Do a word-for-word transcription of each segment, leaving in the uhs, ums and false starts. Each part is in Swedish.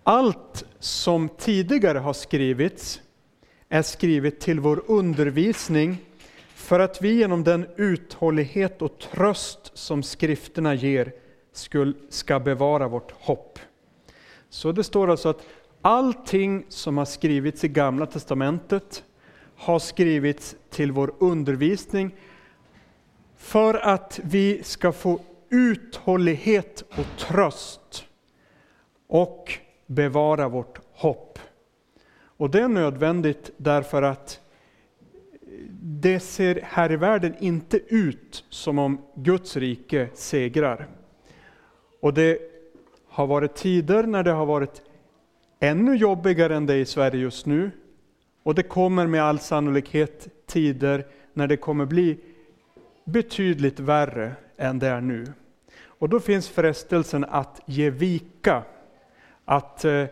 Allt som tidigare har skrivits är skrivet till vår undervisning för att vi genom den uthållighet och tröst som skrifterna ger ska bevara vårt hopp. Så det står alltså att allting som har skrivits i Gamla testamentet har skrivits till vår undervisning för att vi ska få uthållighet och tröst och bevara vårt hopp. Och det är nödvändigt därför att det ser här i världen inte ut som om Guds rike segrar. Och det har varit tider när det har varit ännu jobbigare än det i Sverige just nu. Och det kommer med all sannolikhet tider när det kommer bli betydligt värre än det är nu. Och då finns frestelsen att ge vika. Att eh,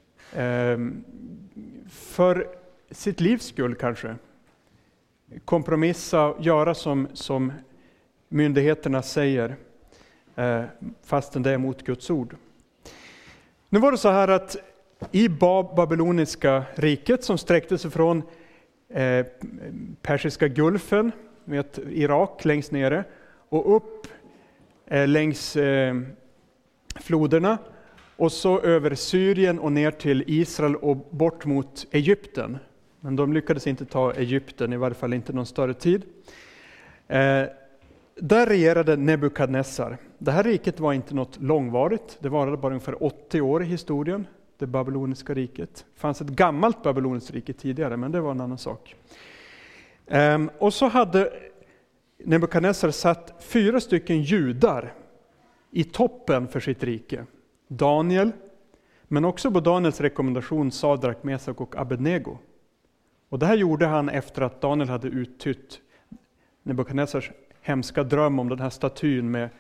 för sitt livs skull kanske kompromissa, göra som, som myndigheterna säger, eh, fastän det är mot Guds ord. Nu var det så här att i babyloniska riket som sträckte sig från eh, Persiska gulfen, vet, Irak längst nere, och upp eh, längs eh, floderna, och så över Syrien och ner till Israel och bort mot Egypten. Men de lyckades inte ta Egypten, i varje fall inte någon större tid. Eh, där regerade Nebukadnessar. Det här riket var inte något långvarigt. Det varade bara ungefär åttio år i historien, det babyloniska riket. Det fanns ett gammalt babyloniskt rike tidigare, men det var en annan sak. Eh, och så hade Nebukadnessar satt fyra stycken judar i toppen för sitt rike. Daniel, men också på Daniels rekommendation Sadrak, Mesak och Abednego. Och det här gjorde han efter att Daniel hade uttytt Nebukadnessars hemska dröm om den här statyn med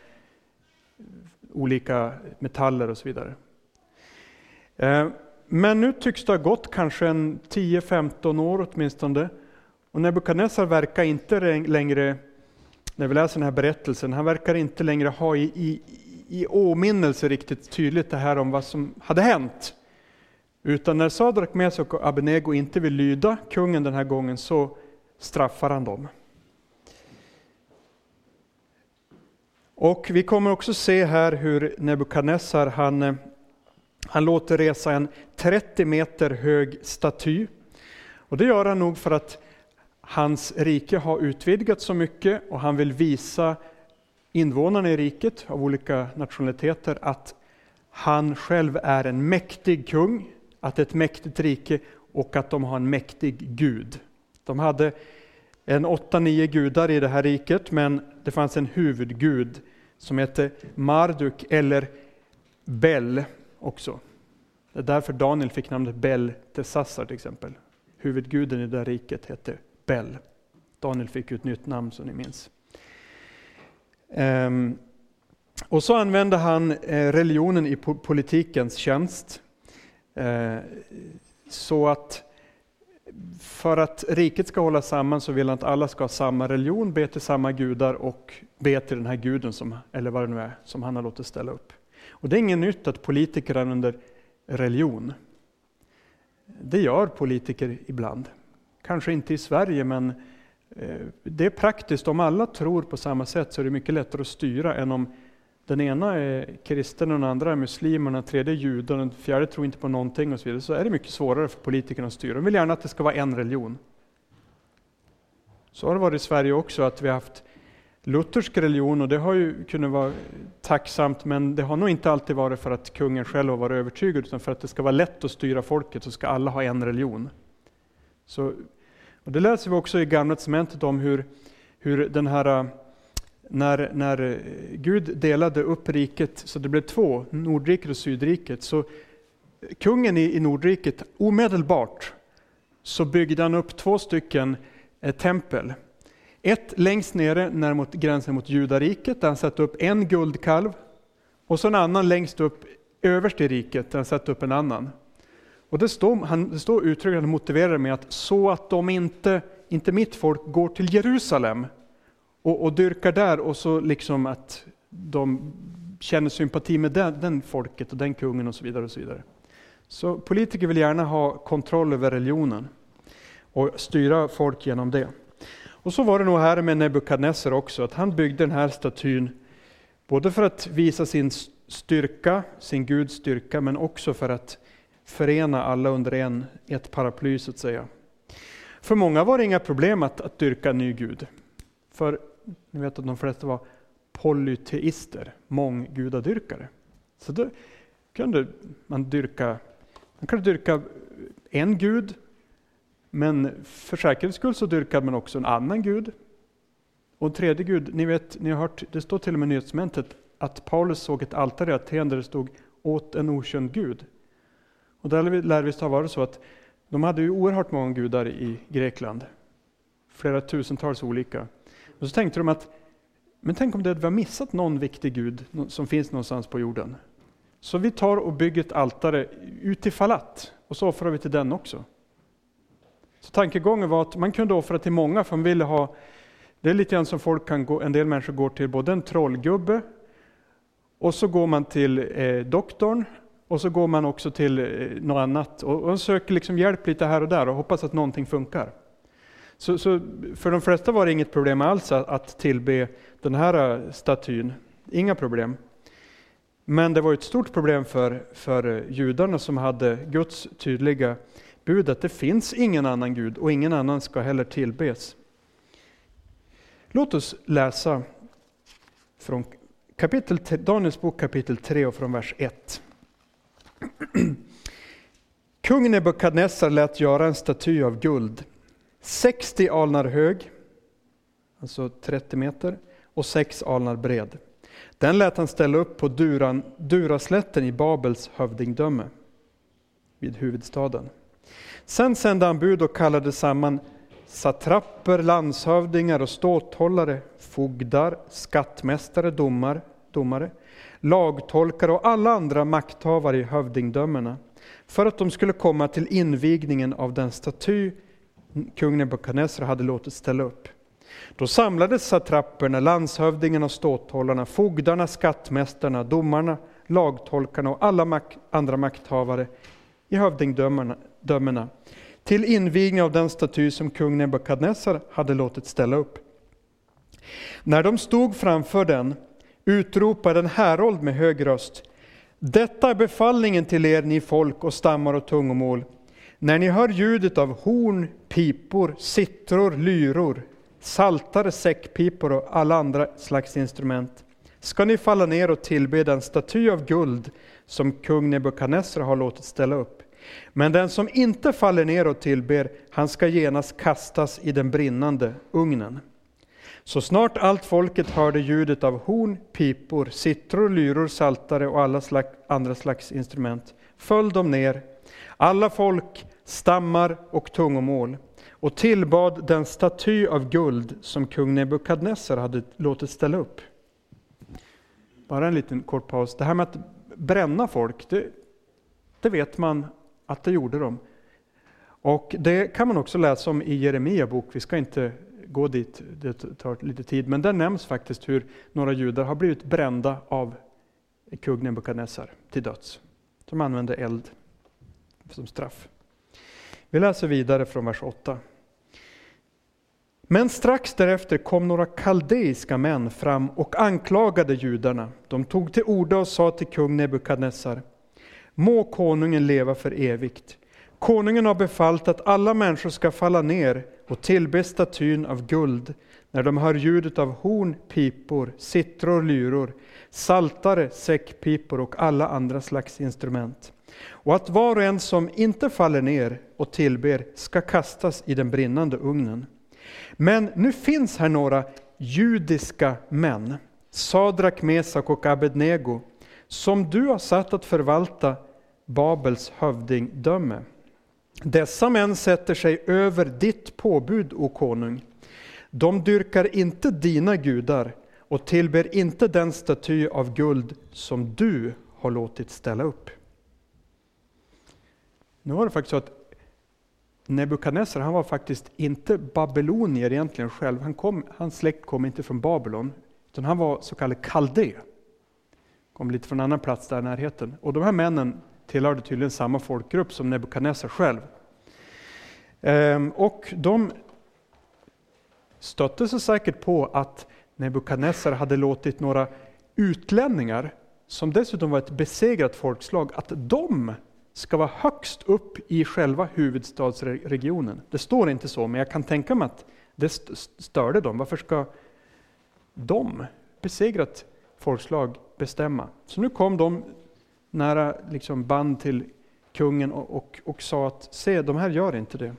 olika metaller och så vidare. Men nu tycks det ha gått kanske en tio femton år åtminstone. Och Nebukadnessar verkar inte längre, när vi läser den här berättelsen, han verkar inte längre ha i, i, i åminnelse riktigt tydligt det här om vad som hade hänt. Utan när Sadrak, Mesak och Abednego inte vill lyda kungen den här gången, så straffar han dem. Och vi kommer också se här hur Nebukadnessar han, han låter resa en trettio meter hög staty. Och det gör han nog för att hans rike har utvidgats så mycket och han vill visa invånarna i riket av olika nationaliteter att han själv är en mäktig kung, att det är ett mäktigt rike och att de har en mäktig Gud. De hade en åtta nio gudar i det här riket, men det fanns en huvudgud som hette Marduk eller Bel också. Det är därför Daniel fick namnet Bel Tesassar till exempel. Huvudguden i det här riket hette Bel. Daniel fick ett nytt namn som ni minns. Um, och så använde han eh, religionen i po- politikens tjänst. Eh, så att för att riket ska hålla samman så vill han att alla ska ha samma religion, be till samma gudar och be till den här guden som, eller vad det nu är, som han har låtit ställa upp. Och det är ingen nytt att politiker använder religion. Det gör politiker ibland. Kanske inte i Sverige, men eh, det är praktiskt. Om alla tror på samma sätt så är det mycket lättare att styra än om den ena är kristen och den andra är muslim och den tredje är judar och den fjärde tror inte på någonting och så vidare. Så är det mycket svårare för politikerna att styra. De vill gärna att det ska vara en religion. Så har det varit i Sverige också, att vi har haft luthersk religion och det har ju kunnat vara tacksamt, men det har nog inte alltid varit för att kungen själv har varit övertygad, utan för att det ska vara lätt att styra folket så ska alla ha en religion. Så, och det läser vi också i Gamla testamentet om hur, hur den här, när, när Gud delade upp riket så det blev två, Nordriket och Sydriket, så kungen i, i Nordriket omedelbart så byggde han upp två stycken eh, tempel. Ett längst nere när mot gränsen mot Judariket där han satte upp en guldkalv, och så en annan längst upp överst i riket där han satte upp en annan. Och det står, han, det står uttryckligen motiverade med att så att de inte, inte mitt folk går till Jerusalem och, och dyrkar där, och så liksom att de känner sympati med den, den folket och den kungen och så vidare och så vidare. Så politiker vill gärna ha kontroll över religionen och styra folk genom det. Och så var det nog här med Nebukadnessar också, att han byggde den här statyn både för att visa sin styrka, sin Guds styrka, men också för att förena alla under en, ett paraply så att säga. För många var det inga problem att, att dyrka en ny Gud. För ni vet att de flesta var polyteister, månggudadyrkare. Så då kunde man dyrka, man kunde dyrka en Gud, men för säkerhets skull så dyrkade man också en annan Gud. Och en tredje Gud, ni vet, ni har hört, det står till och med i nyhetsmentet att Paulus såg ett altare i Aten där det stod åt en okänd Gud. Och där lär visst ha varit så att de hade ju oerhört många gudar i Grekland. Flera tusentals olika. Och så tänkte de att, men tänk om det vi har missat någon viktig Gud som finns någonstans på jorden. Så vi tar och bygger ett altare utifall att, och så offrar vi till den också. Så tankegången var att man kunde offra till många, för man ville ha, det är lite grann som folk kan gå, en del människor går till både en trollgubbe, och så går man till eh, doktorn, och så går man också till eh, något annat, och, och söker liksom hjälp lite här och där och hoppas att någonting funkar. Så, så för de flesta var det inget problem alls att, att tillbe den här statyn, inga problem. Men det var ett stort problem för, för judarna som hade Guds tydliga bud att det finns ingen annan Gud och ingen annan ska heller tillbes. Låt oss läsa från kapitel, Daniels bok kapitel tre och från vers ett. Kung Nebukadnessar lät göra en staty av guld, sextio alnar hög, alltså trettio meter, och sex alnar bred. Den lät han ställa upp på Duran, Duraslätten i Babels hövdingdöme vid huvudstaden. Sen sände han bud och kallade samman satrapper, landshövdingar och ståthållare, fogdar, skattmästare, domar, domare, lagtolkare och alla andra makthavare i hövdingdömena för att de skulle komma till invigningen av den staty kung Nebukadnessar hade låtit ställa upp. Då samlades satrapperna, landshövdingarna och ståthållarna, fogdarna, skattmästarna, domarna, lagtolkarna och alla mak- andra makthavare i hövdingdömena till invigning av den staty som kung Nebukadnessar hade låtit ställa upp. När de stod framför den utropade en härold med hög röst: detta är befallningen till er, ni folk och stammar och tungomål. När ni hör ljudet av horn, pipor, sittror, lyror, saltare, säckpipor och alla andra slags instrument, ska ni falla ner och tillbe den staty av guld som kung Nebukadnessar har låtit ställa upp. Men den som inte faller ner och tillber, han ska genast kastas i den brinnande ugnen. Så snart allt folket hörde ljudet av horn, pipor, sittror, lyror, saltare och alla slags, andra slags instrument, föll de ner, alla folk, stammar och tungomål, och tillbad den staty av guld som kung Nebukadnessar hade låtit ställa upp. Bara en liten kort paus. Det här med att bränna folk, det, det vet man att det gjorde de. Och det kan man också läsa om i Jeremia bok. Vi ska inte gå dit, det tar lite tid. Men där nämns faktiskt hur några judar har blivit brända av kung Nebukadnessar till döds. De använde eld som straff. Vi läser vidare från vers åtta. Men strax därefter kom några kaldeiska män fram och anklagade judarna. De tog till orda och sa till kung Nebukadnessar: må konungen leva för evigt. Konungen har befallt att alla människor ska falla ner och tillbe statyn av guld när de hör ljudet av horn, pipor, sittror, lyror, saltare, säckpipor och alla andra slags instrument. Och att var och en som inte faller ner och tillber ska kastas i den brinnande ugnen. Men nu finns här några judiska män, Sadrak, Mesak och Abednego, som du har satt att förvalta Babels hövdingdöme. Dessa män sätter sig över ditt påbud, o konung. De dyrkar inte dina gudar och tillber inte den staty av guld som du har låtit ställa upp. Nu var det faktiskt så att Nebukadnessar, han var faktiskt inte babylonier egentligen själv. Han kom, hans släkt kom inte från Babylon, utan han var så kallad kaldé. Kom lite från en annan plats där i närheten. Och de här männen tillhörde tydligen samma folkgrupp som Nebukadnessar själv. Ehm, och de stötte sig säkert på att Nebukadnessar hade låtit några utlänningar, som dessutom var ett besegrat folkslag, att de ska vara högst upp i själva huvudstadsregionen. Det står inte så, men jag kan tänka mig att det störde dem. Varför ska de, besegrat folkslag, bestämma? Så nu kom de nära liksom band till kungen och, och, och sa att se, de här gör inte det.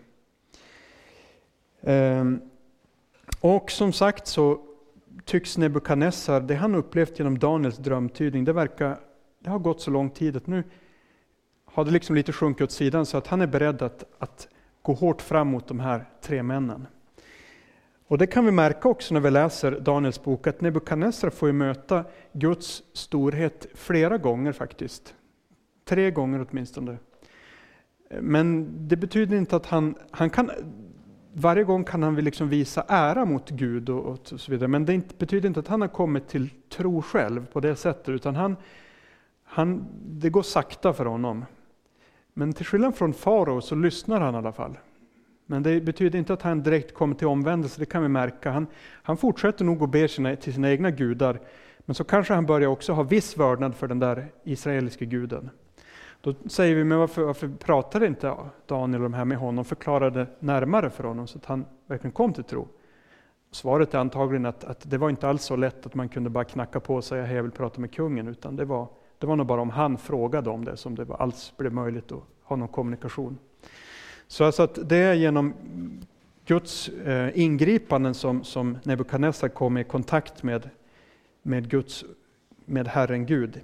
Ehm, och som sagt så tycks Nebukadnessar, det han upplevt genom Daniels drömtydning, det verkar, det har gått så lång tid att nu har det liksom lite sjunkit åt sidan, så att han är beredd att, att gå hårt fram mot de här tre männen. Och det kan vi märka också när vi läser Daniels bok, att Nebukadnessar får ju möta Guds storhet flera gånger faktiskt. Tre gånger åtminstone. Men det betyder inte att han, han kan, varje gång kan han liksom visa ära mot Gud och, och så vidare. Men det inte, betyder inte att han har kommit till tro själv på det sättet, utan han, han, det går sakta för honom. Men till skillnad från farao så lyssnar han i alla fall. Men det betyder inte att han direkt kommer till omvändelse, det kan vi märka. Han, han fortsätter nog att be sina, till sina egna gudar, men så kanske han börjar också ha viss vördnad för den där israeliska guden. Då säger vi, men varför, varför pratade inte Daniel de här med honom, förklarade närmare för honom så att han verkligen kom till tro? Svaret är antagligen att, att det var inte alls så lätt att man kunde bara knacka på och säga hej, jag vill prata med kungen, utan det var, det var nog bara om han frågade om det som det var, alls blev möjligt att ha någon kommunikation. Så alltså att det är genom Guds eh, ingripanden som, som Nebukadnessar kom i kontakt med, med, Guds, med Herren Gud.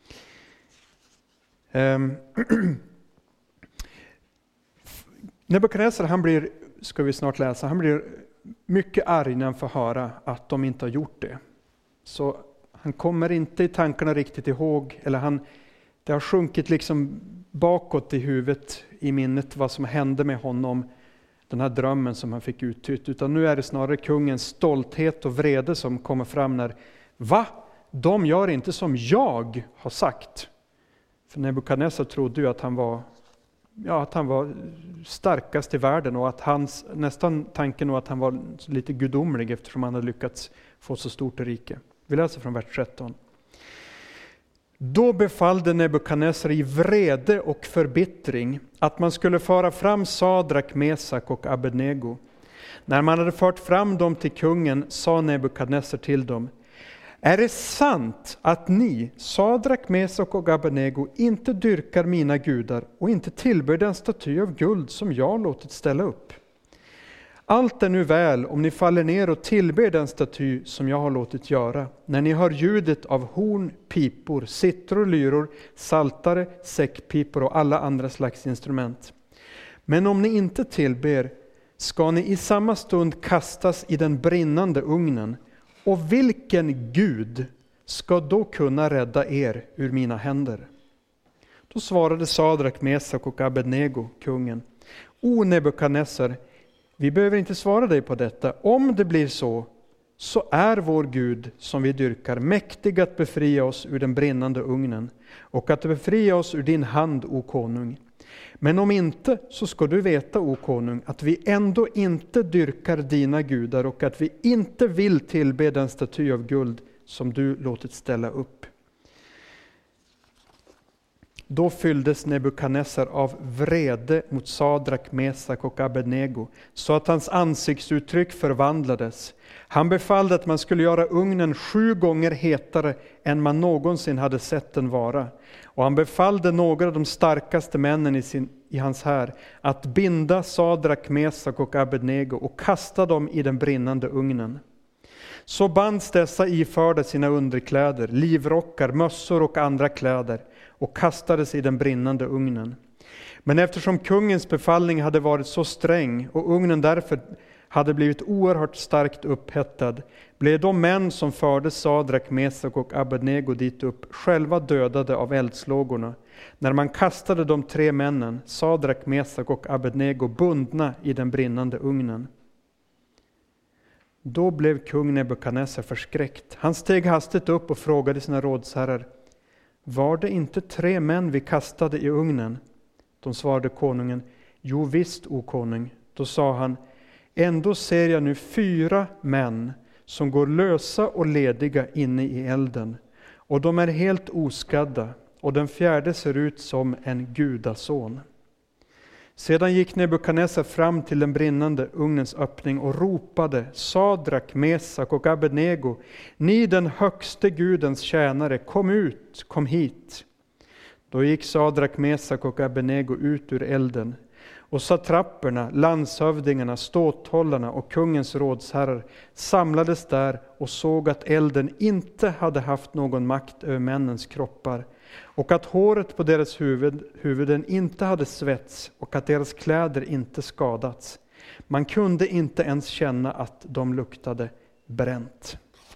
Um, Nebukadnessar, han blir, ska vi snart läsa, han blir mycket arg när han får höra att de inte har gjort det. Så han kommer inte i tankarna riktigt ihåg, eller han, det har sjunkit liksom bakåt i huvudet, i minnet, vad som hände med honom, den här drömmen som han fick uttytt. Utan nu är det snarare kungens stolthet och vrede som kommer fram när, va? De gör inte som jag har sagt. För Nebukadnessar trodde ju att han var, ja, att han var starkast i världen, och att hans, nästan tanken var att han var lite gudomlig eftersom han hade lyckats få så stort rike. Vi läser från vers tretton. Då befallde Nebukadnessar i vrede och förbittring att man skulle föra fram Sadrak, Mesak och Abednego. När man hade fört fram dem till kungen sa Nebukadnessar till dem: är det sant att ni, Sadrak, Mesak och Abednego, inte dyrkar mina gudar och inte tillber den staty av guld som jag låtit ställa upp? Allt är nu väl om ni faller ner och tillber den staty som jag har låtit göra, när ni hör ljudet av horn, pipor, sittror, lyror, saltare, säckpipor och alla andra slags instrument. Men om ni inte tillber ska ni i samma stund kastas i den brinnande ugnen, och vilken Gud ska då kunna rädda er ur mina händer? Då svarade Sadrak, Mesak och Abednego kungen: O Nebukadnessar, vi behöver inte svara dig på detta. Om det blir så, så är vår Gud som vi dyrkar mäktig att befria oss ur den brinnande ugnen och att befria oss ur din hand, o konung. Men om inte, så ska du veta, o konung, att vi ändå inte dyrkar dina gudar och att vi inte vill tillbe den staty av guld som du låtit ställa upp. Då fylldes Nebukadnessar av vrede mot Sadrak, Mesak och Abednego, så att hans ansiktsuttryck förvandlades. Han befallde att man skulle göra ugnen sju gånger hetare än man någonsin hade sett den vara. Och han befallde några av de starkaste männen i, sin, i hans här att binda Sadrak, Mesak och Abednego och kasta dem i den brinnande ugnen. Så bands dessa iförda sina underkläder, livrockar, mössor och andra kläder och kastades i den brinnande ugnen. Men eftersom kungens befallning hade varit så sträng och ugnen därför hade blivit oerhört starkt upphettad, blev de män som förde Sadrak, Mesak och Abednego dit upp själva dödade av eldslågorna, när man kastade de tre männen, Sadrak, Mesak och Abednego, bundna i den brinnande ugnen. Då blev kung Nebukadnessar förskräckt. Han steg hastigt upp och frågade sina rådsherrar: var det inte tre män vi kastade i ugnen? De svarade konungen, jo visst, o konung. Då sa han, ändå ser jag nu fyra män som går lösa och lediga inne i elden, och de är helt oskadda, och den fjärde ser ut som en gudason. Sedan gick Nebukadnessar fram till den brinnande ugnens öppning och ropade, Sadrak, Mesak och Abednego, ni den högste Gudens tjänare, kom ut, kom hit. Då gick Sadrak, Mesak och Abednego ut ur elden, och satrapperna, landshövdingarna, ståthållarna och kungens rådsherrar samlades där och såg att elden inte hade haft någon makt över männens kroppar, och att håret på deras huvud, huvuden inte hade svetts och att deras kläder inte skadats. Man kunde inte ens känna att de luktade bränt.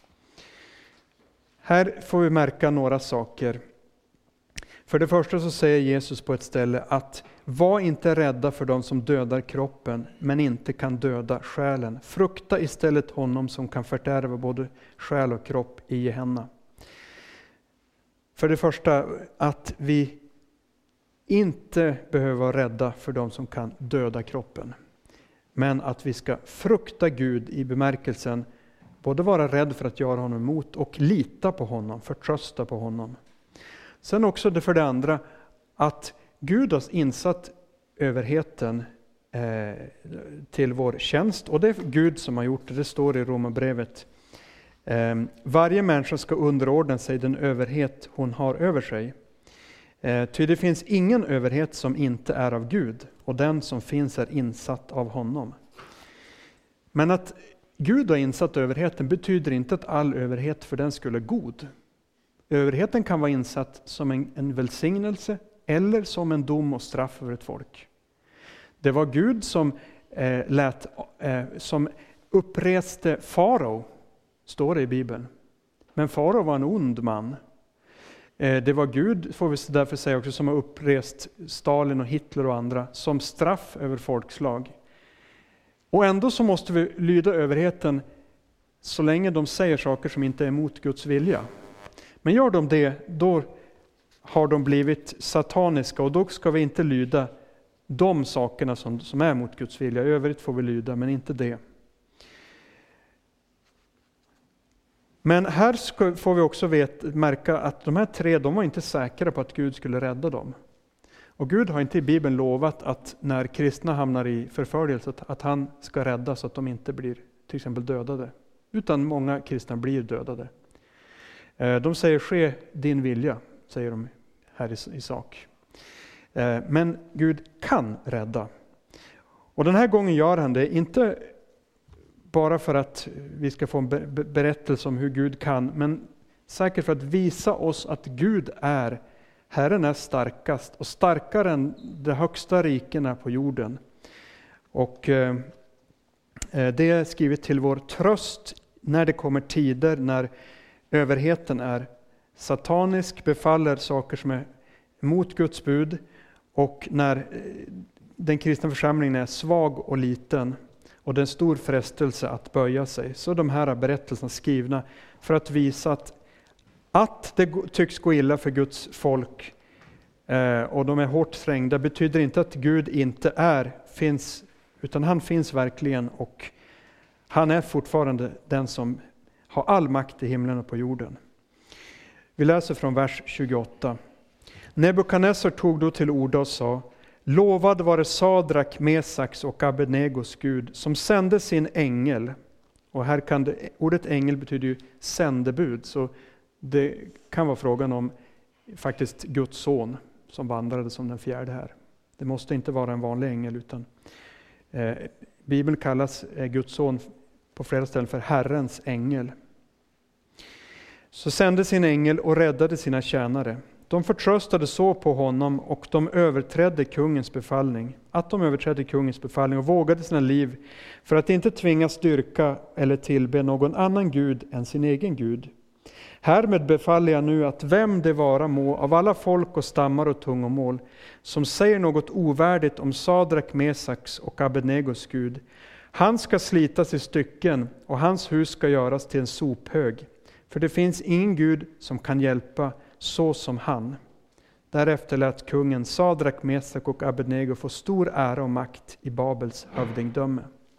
Här får vi märka några saker. För det första så säger Jesus på ett ställe att var inte rädda för de som dödar kroppen men inte kan döda själen. Frukta istället honom som kan fördärva både själ och kropp i Gehenna. För det första att vi inte behöver vara rädda för de som kan döda kroppen. Men att vi ska frukta Gud i bemärkelsen både vara rädd för att göra honom emot och lita på honom, förtrösta på honom. Sen också det för det andra att Gud har insatt överheten eh, till vår tjänst, och det är Gud som har gjort det. Det står i Romarbrevet. Eh, varje människa ska underordna sig den överhet hon har över sig. Eh, ty det finns ingen överhet som inte är av Gud, och den som finns är insatt av honom. Men att Gud har insatt överheten betyder inte att all överhet för den skulle är god. Överheten kan vara insatt som en, en välsignelse eller som en dom och straff över ett folk. Det var Gud som, eh, lät, eh, som uppreste farao, står det i Bibeln. Men farao var en ond man. Eh, det var Gud, får vi därför säga också, som har upprest Stalin och Hitler och andra som straff över folkslag. Och ändå så måste vi lyda överheten så länge de säger saker som inte är emot Guds vilja. Men gör de det, då har de blivit sataniska, och då ska vi inte lyda de sakerna som, som är mot Guds vilja. I övrigt får vi lyda, men inte det. Men här ska, får vi också vet, märka att de här tre, de var inte säkra på att Gud skulle rädda dem. Och Gud har inte i Bibeln lovat att när kristna hamnar i förföljelse att, att han ska rädda så att de inte blir till exempel dödade. Utan många kristna blir dödade. De säger ske din vilja, säger de här i, i sak. Men Gud kan rädda. Och den här gången gör han det inte bara för att vi ska få en berättelse om hur Gud kan, men säkert för att visa oss att Gud är, Herren är starkast och starkare än de högsta rikena på jorden. Och eh, det är skrivet till vår tröst när det kommer tider när överheten är satanisk, befaller saker som är mot Guds bud, och när den kristna församlingen är svag och liten och det är en stor frestelse att böja sig. Så de här berättelserna skrivna för att visa att, att det tycks gå illa för Guds folk eh, och de är hårt trängda betyder inte att Gud inte är, finns, utan han finns verkligen, och han är fortfarande den som har all makt i himlen och på jorden. Vi läser från vers tjugoåtta. Nebukadnessar tog då till orda och sa: lovad vare Sadrak, Mesaks och Abednegos Gud, som sände sin ängel. Och här kan det, ordet ängel betyder ju sändebud, så det kan vara frågan om faktiskt Guds son som vandrade som den fjärde här. Det måste inte vara en vanlig ängel, utan eh, Bibeln kallas eh, Guds son på flera ställen för Herrens ängel. Så sände sin ängel och räddade sina tjänare. De förtröstade så på honom, och de överträdde kungens befallning. Att de överträdde kungens befallning och vågade sina liv för att inte tvingas styrka eller tillbe någon annan gud än sin egen Gud. Härmed befaller jag nu att vem det vara må av alla folk och stammar och tungomål som säger något ovärdigt om Sadrak, Mesaks och Abednegos Gud, han ska slitas i stycken och hans hus ska göras till en sophög. För det finns ingen Gud som kan hjälpa så som han. Därefter lät kungen Sadrak, Mesak och Abednego få stor ära och makt i Babels hövdingdöme.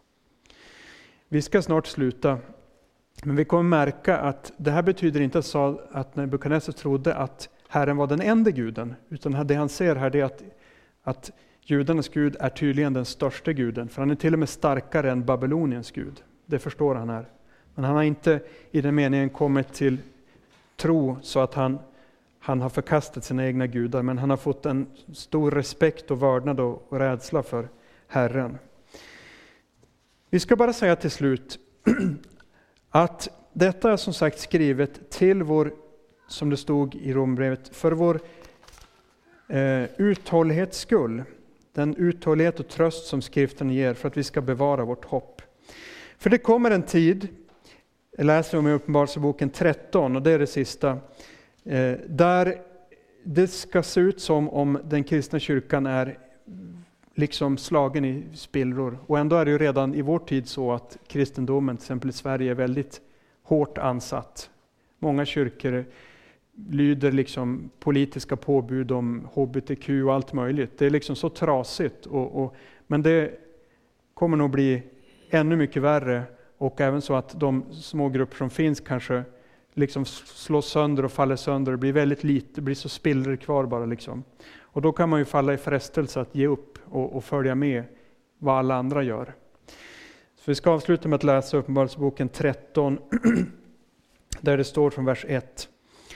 Vi ska snart sluta, men vi kommer märka att det här betyder inte att Nebukadnessar trodde att Herren var den enda guden, utan det han ser här är att, att judarnas Gud är tydligen den största guden, för han är till och med starkare än Babyloniens Gud. Det förstår han här. Men han har inte i den meningen kommit till tro så att han, han har förkastat sina egna gudar, men han har fått en stor respekt och vördnad och, och rädsla för Herren. Vi ska bara säga till slut att detta är som sagt skrivet till vår, som det stod i Romarbrevet, för vår eh, uthållighets skull. Den uthållighet och tröst som skriften ger för att vi ska bevara vårt hopp. För det kommer en tid, jag läser om i Uppenbarelseboken tretton, och det är det sista, eh, där det ska se ut som om den kristna kyrkan är liksom slagen i spillror. Och ändå är det ju redan i vår tid så att kristendomen, till exempel i Sverige, är väldigt hårt ansatt. Många kyrkor lyder liksom politiska påbud om H B T Q och allt möjligt. Det är liksom så trasigt. Och, och, men det kommer nog bli ännu mycket värre. Och även så att de små grupper som finns kanske liksom slås sönder och faller sönder. Det blir väldigt lite, det blir så spillror kvar bara liksom. Och då kan man ju falla i frestelse att ge upp och, och följa med vad alla andra gör. Så vi ska avsluta med att läsa Uppenbarelseboken tretton, där det står från vers ett.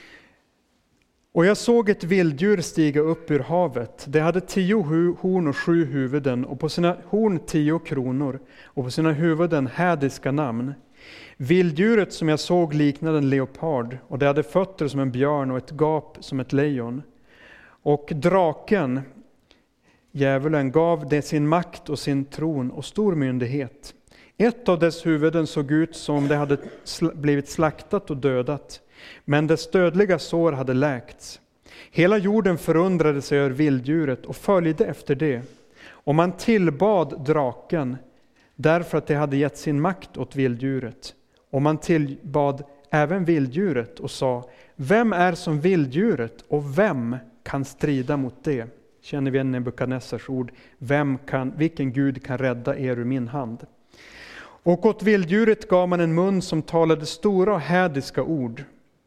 Och jag såg ett vilddjur stiga upp ur havet. Det hade tio horn och sju huvuden, och på sina horn tio kronor, och på sina huvuden hädiska namn. Vilddjuret som jag såg liknade en leopard, och det hade fötter som en björn och ett gap som ett lejon. Och draken, djävulen, gav det sin makt och sin tron och stor myndighet. Ett av dess huvuden såg ut som det hade sl- blivit slaktat och dödat, men dess dödliga sår hade läkts. Hela jorden förundrade sig över vilddjuret och följde efter det. Och man tillbad draken därför att det hade gett sin makt åt vilddjuret. Och man tillbad även vilddjuret och sa: vem är som vilddjuret och vem kan strida mot det? Känner vi igen Nebukadnessars ord? Vem kan, vilken Gud kan rädda er ur min hand? Och åt vilddjuret gav man en mun som talade stora och hädiska ord.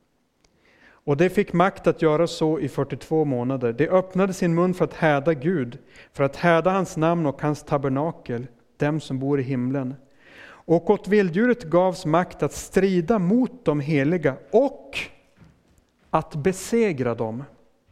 Och det fick makt att göra så i fyrtiotvå månader. Det öppnade sin mun för att häda Gud, för att häda hans namn och hans tabernakel, dem som bor i himlen. Och åt vilddjuret gavs makt att strida mot de heliga och att besegra dem.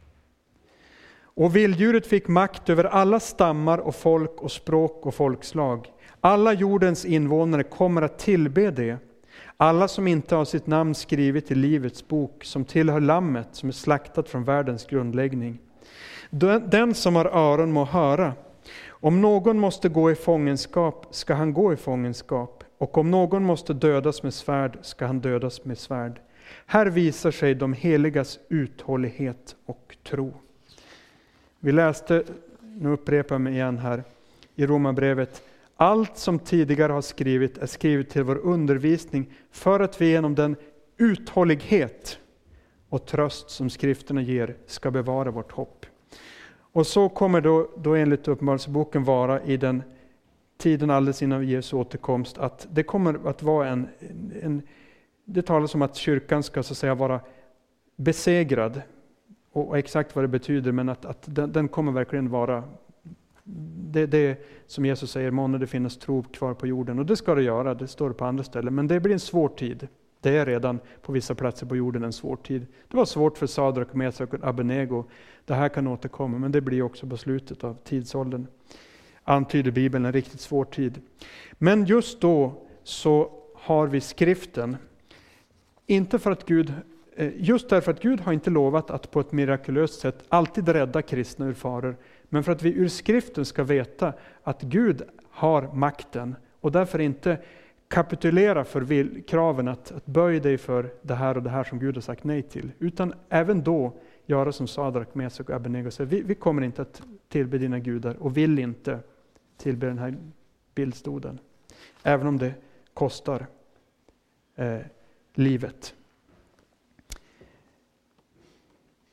Och vilddjuret fick makt över alla stammar och folk och språk och folkslag. Alla jordens invånare kommer att tillbe det. Alla som inte har sitt namn skrivet i livets bok, som tillhör lammet som är slaktat från världens grundläggning. Den som har öron må höra. Om någon måste gå i fångenskap ska han gå i fångenskap. Och om någon måste dödas med svärd ska han dödas med svärd. Här visar sig de heligas uthållighet och tro. Vi läste, nu upprepar jag mig igen här, i Romarbrevet. Allt som tidigare har skrivit är skrivet till vår undervisning för att vi genom den uthållighet och tröst som skrifterna ger ska bevara vårt hopp. Och så kommer då, då enligt Uppenbarelseboken vara i den tiden alldeles innan Jesu återkomst, att det kommer att vara en, en det talas om att kyrkan ska så att säga vara besegrad, och, och exakt vad det betyder, men att, att den, den kommer verkligen vara det, det som Jesus säger, månne det finns tro kvar på jorden, och det ska det göra, det står på andra ställen, men det blir en svår tid. Det är redan på vissa platser på jorden en svår tid. Det var svårt för Sadrak, Mesak och Abednego. Det här kan återkomma, men det blir också på slutet av tidsåldern. Antyder Bibeln en riktigt svår tid. Men just då så har vi skriften. Inte för att Gud, just därför att Gud har inte lovat att på ett mirakulöst sätt alltid rädda kristna ur faror. Men för att vi ur skriften ska veta att Gud har makten, och därför inte kapitulera för kraven att, att böja dig för det här och det här som Gud har sagt nej till. Utan även då göra som Sadrak, Mesak och Abednego säger. Vi, vi kommer inte att tillbe dina gudar och vill inte tillbe den här bildstoden. Även om det kostar eh, livet.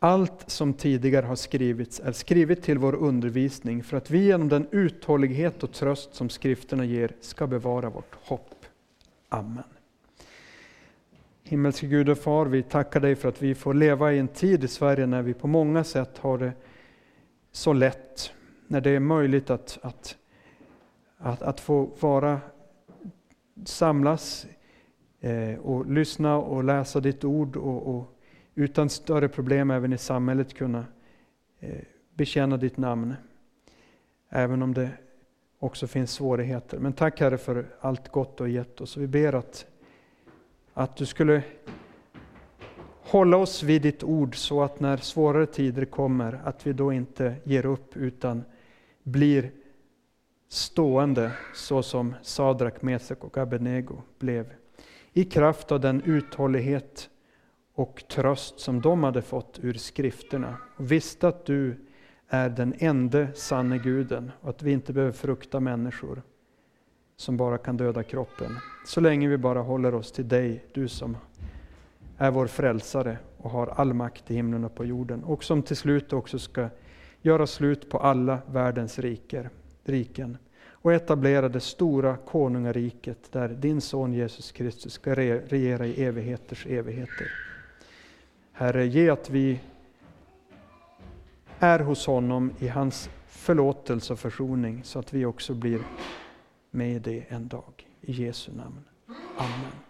allt som tidigare har skrivits är skrivet till vår undervisning för att vi genom den uthållighet och tröst som skrifterna ger ska bevara vårt hopp. Amen. Himmelske Gud och Far, vi tackar dig för att vi får leva i en tid i Sverige när vi på många sätt har det så lätt. När det är möjligt att, att, att, att få vara, samlas eh, och lyssna och läsa ditt ord och, och utan större problem även i samhället kunna eh, bekänna ditt namn. Även om det också finns svårigheter. Men tack Herre för allt gott du har gett oss. Vi ber att, att du skulle hålla oss vid ditt ord så att när svårare tider kommer att vi då inte ger upp utan blir stående så som Sadrak, Mesak och Abednego blev. I kraft av den uthållighet och tröst som de hade fått ur skrifterna. Och visste att du är den enda sanne guden och att vi inte behöver frukta människor som bara kan döda kroppen. Så länge vi bara håller oss till dig, du som är vår frälsare och har all makt i himlen och på jorden. Och som till slut också ska göra slut på alla världens riker, riken. Och etablera det stora konungariket där din son Jesus Kristus ska regera i evigheters evigheter. Herre, ge att vi är hos honom i hans förlåtelse och försoning så att vi också blir med i det en dag. I Jesu namn. Amen.